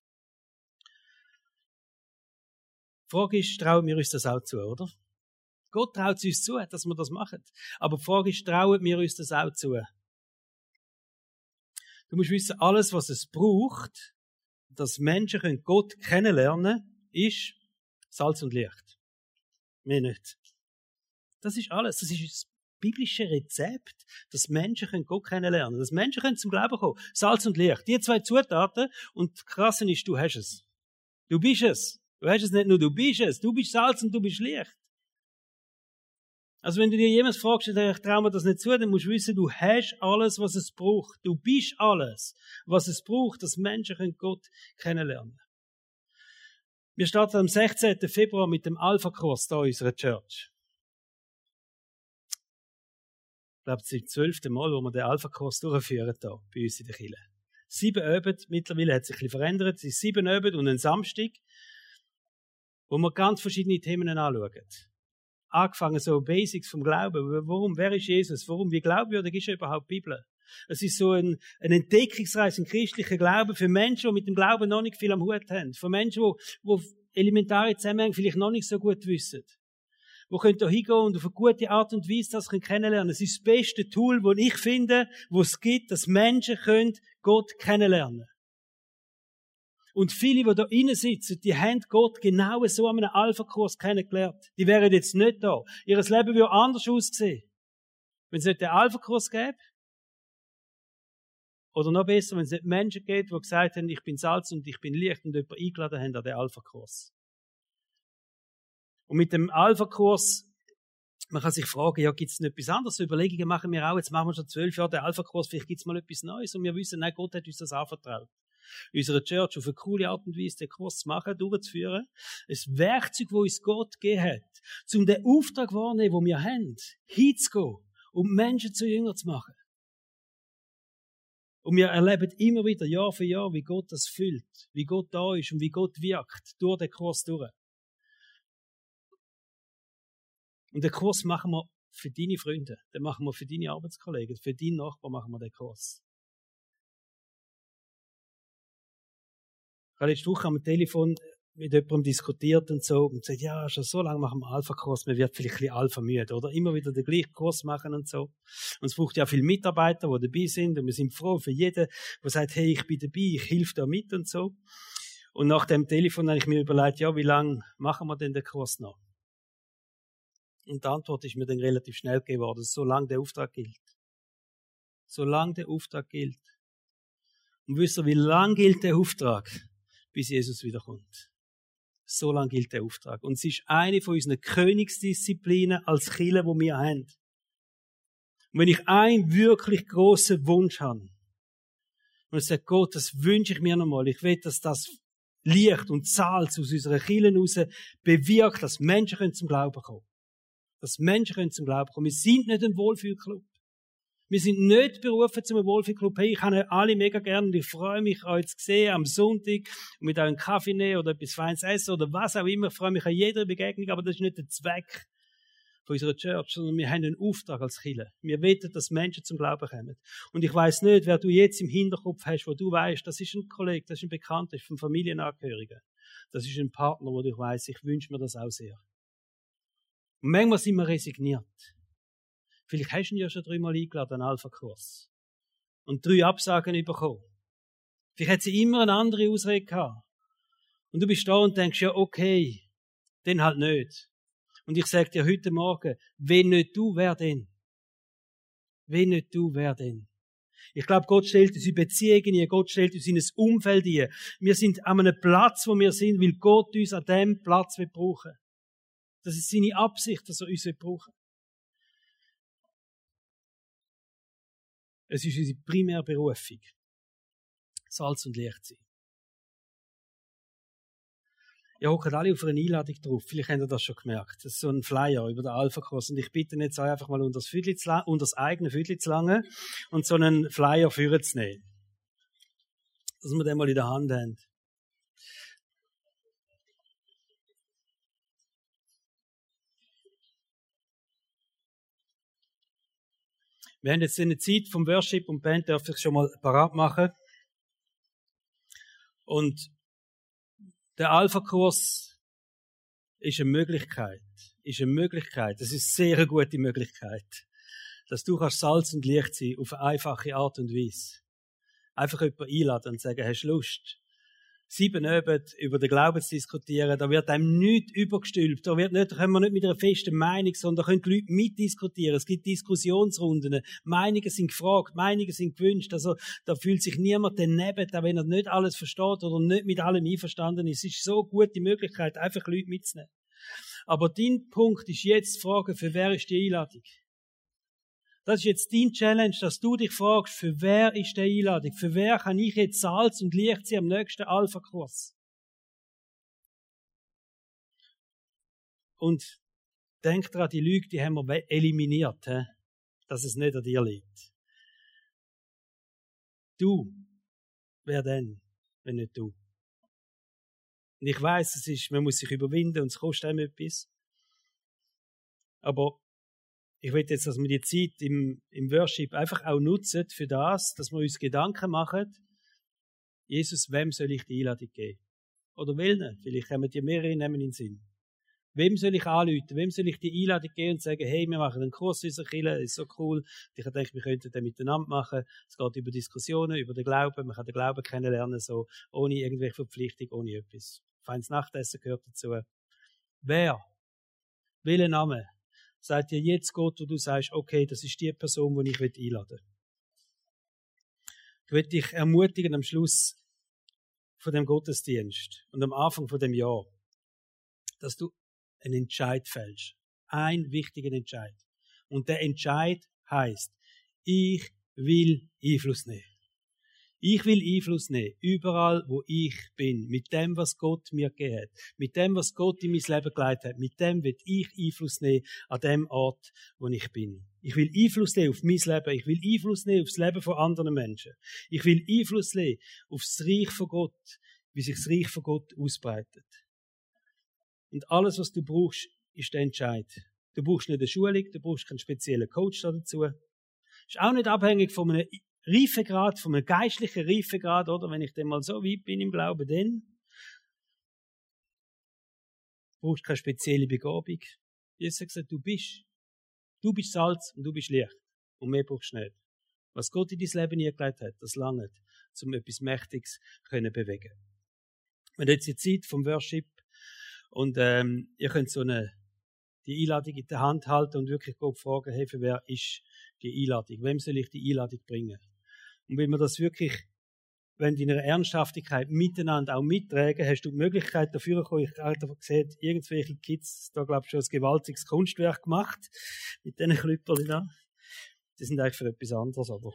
Die Frage ist, trauen wir uns das auch zu, oder? Gott traut es uns zu, dass wir das machen. Aber die Frage ist, trauen wir uns das auch zu? Du musst wissen, alles, was es braucht, dass Menschen Gott kennenlernen können, ist Salz und Licht. Mehr nicht. Das ist alles. Das ist das biblische Rezept, dass Menschen Gott kennenlernen können. Dass Menschen zum Glauben kommen. Salz und Licht. Die zwei Zutaten. Und das Krasse ist, du hast es. Du bist es. Du hast es nicht nur, du bist es. Du bist Salz und du bist Licht. Also wenn du dir jemals fragst, ich traue mir das nicht zu, dann musst du wissen, du hast alles, was es braucht. Du bist alles, was es braucht, dass Menschen Gott kennenlernen können. Wir starten am sechzehnten Februar mit dem Alpha-Kurs hier in unserer Church. Ich glaube, es ist das zwölfte Mal, wo wir den Alpha-Kurs durchführen hier bei uns in der Kirche. Sieben Abende, mittlerweile hat sich ein bisschen verändert, es ist sieben Abende und ein Samstag, wo wir ganz verschiedene Themen anschauen. Angefangen so Basics vom Glauben. Warum? Wer ist Jesus? Warum? Wie glaubwürdig ist überhaupt die Bibel? Es ist so ein, ein Entdeckungsreise, ein christlicher Glaube für Menschen, die mit dem Glauben noch nicht viel am Hut haben. Für Menschen, die, die elementare Zusammenhänge vielleicht noch nicht so gut wissen. Die können da hingehen und auf eine gute Art und Weise das kennenlernen. Es ist das beste Tool, das ich finde, wo es gibt, dass Menschen können Gott kennenlernen. Und viele, die da innen sitzen, die haben Gott genau so an einem Alpha-Kurs kennengelernt. Die wären jetzt nicht da. Ihr Leben würde anders aussehen. Wenn es nicht den Alpha-Kurs gäbe. Oder noch besser, wenn es nicht Menschen gibt, die gesagt haben, ich bin Salz und ich bin Licht und jemanden eingeladen haben an den Alpha-Kurs. Und mit dem Alpha-Kurs, man kann sich fragen, ja, gibt es nicht etwas anderes? So Überlegungen machen wir auch. Jetzt machen wir schon zwölf Jahre den Alpha-Kurs, vielleicht gibt es mal etwas Neues. Und wir wissen, nein, Gott hat uns das anvertraut. Unserer Church auf eine coole Art und Weise den Kurs zu machen, durchzuführen. Ein Werkzeug, das uns Gott gegeben hat, um den Auftrag wahrzunehmen, den wir haben, hinzugehen, um Menschen zu Jüngern zu machen. Und wir erleben immer wieder, Jahr für Jahr, wie Gott das füllt, wie Gott da ist und wie Gott wirkt, durch den Kurs durch. Und den Kurs machen wir für deine Freunde, den machen wir für deine Arbeitskollegen, für deinen Nachbarn machen wir den Kurs. Ich habe letzte Woche am Telefon mit jemandem diskutiert und so und gesagt, ja, schon so lange machen wir Alpha-Kurs, man wird vielleicht ein bisschen Alpha-müde, oder? Immer wieder den gleichen Kurs machen und so. Und es braucht ja viele Mitarbeiter, die dabei sind und wir sind froh für jeden, der sagt, hey, ich bin dabei, ich helfe da mit und so. Und nach dem Telefon habe ich mir überlegt, ja, wie lange machen wir denn den Kurs noch? Und die Antwort ist mir dann relativ schnell gegeben worden, solange der Auftrag gilt. Solange der Auftrag gilt. Und wisst ihr, wie lang gilt der Auftrag? Bis Jesus wiederkommt. So lange gilt der Auftrag. Und es ist eine von unseren Königsdisziplinen als Kirche, die wir haben. Und wenn ich einen wirklich grossen Wunsch habe, und ich sage, Gott, das wünsche ich mir nochmal, ich will, dass das Licht und Salz aus unserer Kirche heraus bewirkt, dass Menschen zum Glauben kommen. Dass Menschen zum Glauben kommen. Wir sind nicht ein Wohlfühlclub. Wir sind nicht berufen zu einem Wohlfühlclub. Hey, ich habe euch alle mega gern und ich freue mich, euch zu sehen am Sonntag und mit euch einen Kaffee nehmen oder etwas Feines essen oder was auch immer. Ich freue mich an jeder Begegnung, aber das ist nicht der Zweck von unserer Church, sondern wir haben einen Auftrag als Kirche. Wir wollen, dass Menschen zum Glauben kommen. Und ich weiss nicht, wer du jetzt im Hinterkopf hast, wo du weißt, das ist ein Kollege, das ist ein Bekannter, das ist ein Familienangehöriger. Das ist ein Partner, wo ich weiss, ich wünsche mir das auch sehr. Und manchmal sind wir resigniert. Vielleicht hast du ihn ja schon dreimal eingeladen, einen Alpha-Kurs. Und drei Absagen bekommen. Vielleicht hat sie immer eine andere Ausrede gehabt. Und du bist da und denkst, ja, okay, den halt nicht. Und ich sage dir heute Morgen, wenn nicht du, wer denn? Wenn nicht du, wer denn? Ich glaube, Gott stellt uns in Beziehungen ein, Gott stellt uns in ein Umfeld ein. Wir sind an einem Platz, wo wir sind, weil Gott uns an diesem Platz will brauchen. Das ist seine Absicht, dass er uns will brauchen. Es ist unsere primäre Berufung. Salz und Licht sein. Ihr hockt alle auf eine Einladung drauf. Vielleicht habt ihr das schon gemerkt. Das ist so ein Flyer über den Alpha-Kurs. Und ich bitte jetzt euch einfach mal unter das, Füdli zu lang, unter das eigene Füdli zu langen und so einen Flyer führen zu nehmen. Dass wir den mal in der Hand haben. Wir haben jetzt eine Zeit vom Worship und Band, darf ich schon mal parat machen. Und der Alpha-Kurs ist eine Möglichkeit. Ist eine Möglichkeit. Das ist eine sehr gute Möglichkeit. Dass du kannst Salz und Licht sein auf eine einfache Art und Weise. Einfach jemanden einladen und sagen, hast du Lust? Sieben Abend über den Glauben zu diskutieren, da wird einem nichts übergestülpt. Da wird nicht, da können wir nicht mit einer festen Meinung, sondern da können die Leute mitdiskutieren. Es gibt Diskussionsrunden. Meinungen sind gefragt, Meinungen sind gewünscht. Also, da fühlt sich niemand daneben, auch wenn er nicht alles versteht oder nicht mit allem einverstanden ist. Es ist so eine gute Möglichkeit, einfach Leute mitzunehmen. Aber dein Punkt ist jetzt die Frage, für wer ist die Einladung? Das ist jetzt dein Challenge, dass du dich fragst, für wer ist die Einladung? Für wer kann ich jetzt Salz und Licht sein am nächsten Alpha-Kurs? Und denk dran, die Lüge, die haben wir eliminiert, he? Dass es nicht an dir liegt. Du, wer denn, wenn nicht du? Und ich weiss, es ist, man muss sich überwinden und es kostet einem etwas. Aber ich will jetzt, dass wir die Zeit im, im Worship einfach auch nutzen für das, dass wir uns Gedanken machen, Jesus, wem soll ich die Einladung geben? Oder welchen? Vielleicht haben wir die mehrere nehmen in den Sinn. Wem soll ich anrufen? Wem soll ich die Einladung geben und sagen, hey, wir machen einen Kurs in unserer Kirche, das ist so cool. Ich denke, wir könnten den miteinander machen. Es geht über Diskussionen, über den Glauben. Man kann den Glauben kennenlernen, so, ohne irgendwelche Verpflichtung, ohne etwas. Feines Nachtessen gehört dazu. Wer? Welchen Namen? Sagt dir jetzt Gott, wo du sagst, okay, das ist die Person, die ich einladen will. Ich will dich ermutigen am Schluss von dem Gottesdienst und am Anfang von dem Jahr, dass du einen Entscheid fällst. Einen wichtigen Entscheid. Und der Entscheid heißt, ich will Einfluss nehmen. Ich will Einfluss nehmen, überall, wo ich bin, mit dem, was Gott mir gegeben hat, mit dem, was Gott in mein Leben geleitet hat, mit dem will ich Einfluss nehmen an dem Ort, wo ich bin. Ich will Einfluss nehmen auf mein Leben, ich will Einfluss nehmen auf das Leben von anderen Menschen. Ich will Einfluss nehmen auf das Reich von Gott, wie sich das Reich von Gott ausbreitet. Und alles, was du brauchst, ist der Entscheid. Du brauchst nicht eine Schulung, du brauchst keinen speziellen Coach dazu. Ist auch nicht abhängig von einem Reifegrad, von einem geistlichen Reifegrad, oder? Wenn ich dann mal so weit bin im Glauben, dann brauchst du keine spezielle Begabung. Jesus hat gesagt, du bist. Du bist Salz und du bist Licht. Und mehr brauchst du nicht. Was Gott in dein Leben hingelegt hat, das langt, um etwas Mächtiges zu bewegen. Wir haben jetzt die Zeit vom Worship und ähm, ihr könnt so eine die Einladung in der Hand halten und wirklich Gott fragen, hey, für wer ist die Einladung? Wem soll ich die Einladung bringen? Und wenn wir das wirklich, wenn in einer Ernsthaftigkeit miteinander auch mittragen, hast du die Möglichkeit dafür gekommen. Ich habe gesehen, irgendwelche Kids, da glaube ich schon ein gewaltiges Kunstwerk gemacht, mit diesen Klüpperchen da. Die sind eigentlich für etwas anderes, aber.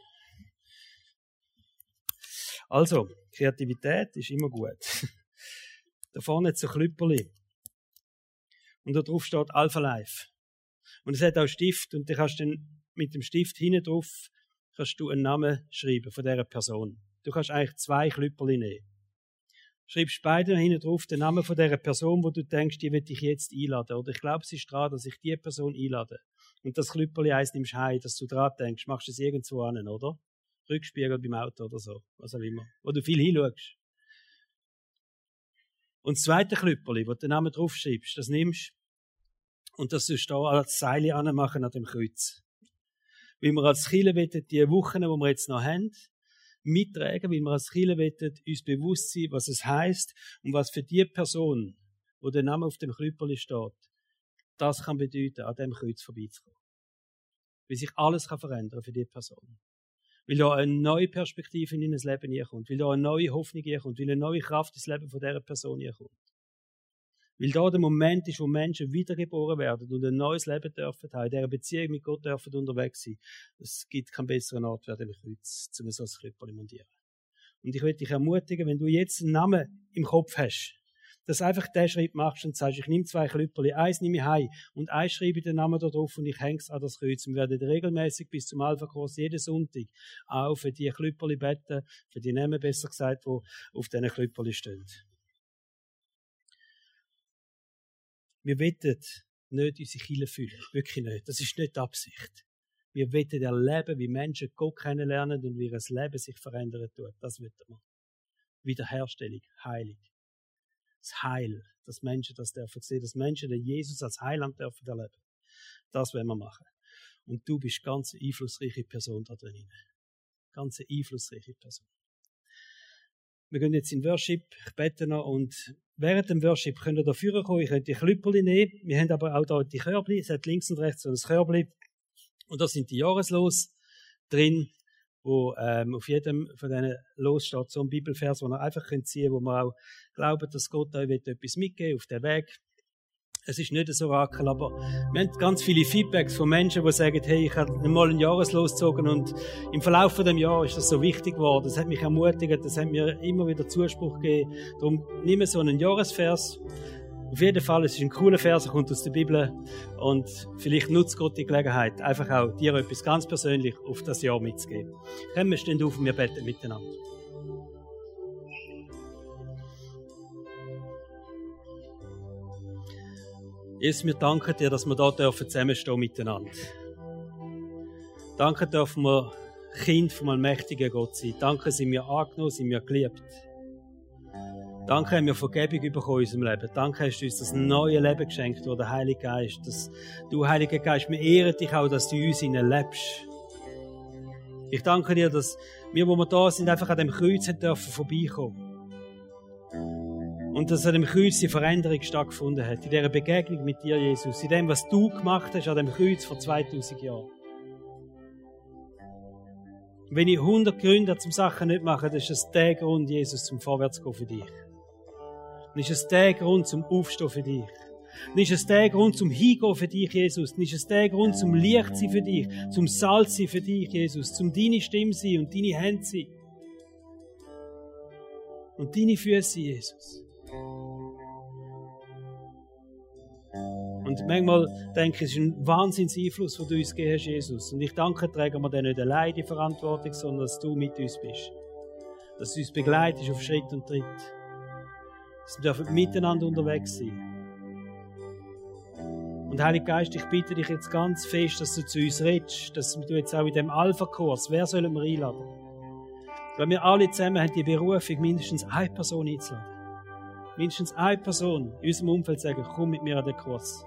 Also, Kreativität ist immer gut. Da vorne hat es so Klüpperchen. Und da drauf steht Alpha Life. Und es hat auch Stift, und du kannst dann mit dem Stift hinten drauf kannst du einen Namen schreiben von dieser Person. Du kannst eigentlich zwei Klüpperli nehmen. Schreibst beide hinten drauf den Namen von dieser Person, wo du denkst, die will ich jetzt einladen. Oder ich glaube, es ist dran, dass ich die Person einlade. Und das Klüpperli eins nimmst heim, dass du dran denkst, machst du es irgendwo an, oder? Rückspiegel beim Auto oder so, was auch immer. Wo du viel hinschaust. Und das zweite Klüpperli, wo du den Namen draufschreibst, das nimmst Und das ist da als Seile anmachen an dem Kreuz. Weil wir als Kirche wollen, die Wochen, die wir jetzt noch haben, mittragen, weil wir als Kirche wollen, uns bewusst sein, was es heisst und was für die Person, wo der Name auf dem Krüpperli steht, das kann bedeuten, an dem Kreuz vorbeizukommen. Weil sich alles kann verändern für die Person. Weil da eine neue Perspektive in ihr Leben hineinkommt, weil da eine neue Hoffnung hineinkommt, weil eine neue Kraft ins Leben von dieser Person hineinkommt. Weil da der Moment ist, wo Menschen wiedergeboren werden und ein neues Leben dürfen haben, in dieser Beziehung mit Gott dürfen unterwegs sein. Es gibt keinen besseren Ort, wie dem Kreuz, um so ein Krüpperli zu montieren. Und ich möchte dich ermutigen, wenn du jetzt einen Namen im Kopf hast, dass du einfach diesen Schritt machst und sagst, ich nehme zwei Krüpperli, eins nehme ich heim und eins schreibe ich den Namen da drauf und ich hänge es an das Kreuz. Und wir werden regelmäßig bis zum Alpha-Kurs jeden Sonntag auch für die Krüpperli beten, für die Namen besser gesagt, die auf diesen Krüpperli stehen. Wir wollen nicht unsere Kirche füllen. Wirklich nicht. Das ist nicht die Absicht. Wir wollen erleben, wie Menschen Gott kennenlernen und wie ihr Leben sich verändern tut. Das wollen wir. Wiederherstellung, Heilung. Das Heil, dass Menschen das dürfen sehen, dass Menschen den Jesus als Heiland dürfen erleben. Das wollen wir machen. Und du bist ganz eine einflussreiche Person da drin. Ganz eine einflussreiche Person. Wir gehen jetzt in Worship, ich bete noch und während dem Worship könnt ihr da vorne kommen, ich könnt die Klüpperli nehmen, wir haben aber auch da die Körbli, es hat links und rechts so ein Körbli und da sind die Jahreslos drin, wo ähm, auf jedem von diesen Los steht so ein Bibelvers, den ihr einfach ziehen könnt, wo wir auch glauben, dass Gott euch etwas mitgeben will auf den Weg. Es ist nicht ein Orakel, aber wir haben ganz viele Feedbacks von Menschen, die sagen, hey, ich habe mal ein Jahreslos gezogen und im Verlauf von dem Jahr ist das so wichtig geworden. Das hat mich ermutigt, das hat mir immer wieder Zuspruch gegeben. Darum nimm so einen Jahresvers. Auf jeden Fall, es ist ein cooler Vers, er kommt aus der Bibel und vielleicht nutzt Gott die Gelegenheit, einfach auch dir etwas ganz persönlich auf das Jahr mitzugeben. Kommen wir stehen auf und wir beten miteinander. Jesus, wir danken dir, dass wir da dürfen zusammenstehen miteinander. Danke dürfen wir Kind vom allmächtigen Gott sein. Danke sind wir angenommen, sind wir geliebt. Danke haben wir Vergebung bekommen in unserem Leben. Danke hast du uns das neue Leben geschenkt durch den Heiligen Geist. Dass du, Heiliger Geist, wir ehren dich auch, dass du in uns lebst. Ich danke dir, dass wir, wo wir da sind, einfach an dem Kreuz dürfen vorbeikommen. Und dass an dem Kreuz die Veränderung stattgefunden hat. In dieser Begegnung mit dir, Jesus. In dem, was du gemacht hast an dem Kreuz vor zweitausend Jahren. Wenn ich hundert Gründe zum Sachen nicht mache, dann ist es der Grund, Jesus, zum Vorwärtsgehen für dich. Dann ist es der Grund zum Aufstehen für dich. Dann ist es der Grund zum Hingehen für dich, Jesus. Dann ist es der Grund zum Licht sein für dich, zum Salz sein für dich, Jesus. Zum deine Stimme sein und deine Hände sein. Und deine Füße, Jesus. Und manchmal denke ich, es ist ein Wahnsinnseinfluss, den du uns gegeben hast, Jesus. Und ich danke, tragen wir dir nicht allein die Verantwortung, sondern dass du mit uns bist. Dass du uns begleitest auf Schritt und Tritt. Dass wir dürfen miteinander unterwegs sein. Und Heiliger Geist, ich bitte dich jetzt ganz fest, dass du zu uns redest, dass du jetzt auch in dem Alpha-Kurs, wer sollen wir einladen? Weil wir alle zusammen haben die Berufung, mindestens eine Person einzuladen. Mindestens eine Person in unserem Umfeld sagen, komm mit mir an den Kurs.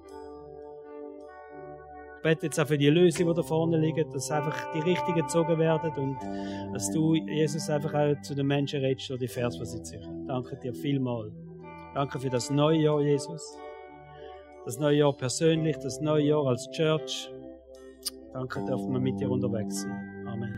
Ich bete jetzt auch für die Lösungen, die da vorne liegen, dass einfach die Richtigen gezogen werden und dass du, Jesus, einfach auch zu den Menschen redest durch die Vers, die sie ziehen. Danke dir vielmals. Danke für das neue Jahr, Jesus. Das neue Jahr persönlich, das neue Jahr als Church. Danke, dürfen wir mit dir unterwegs sein.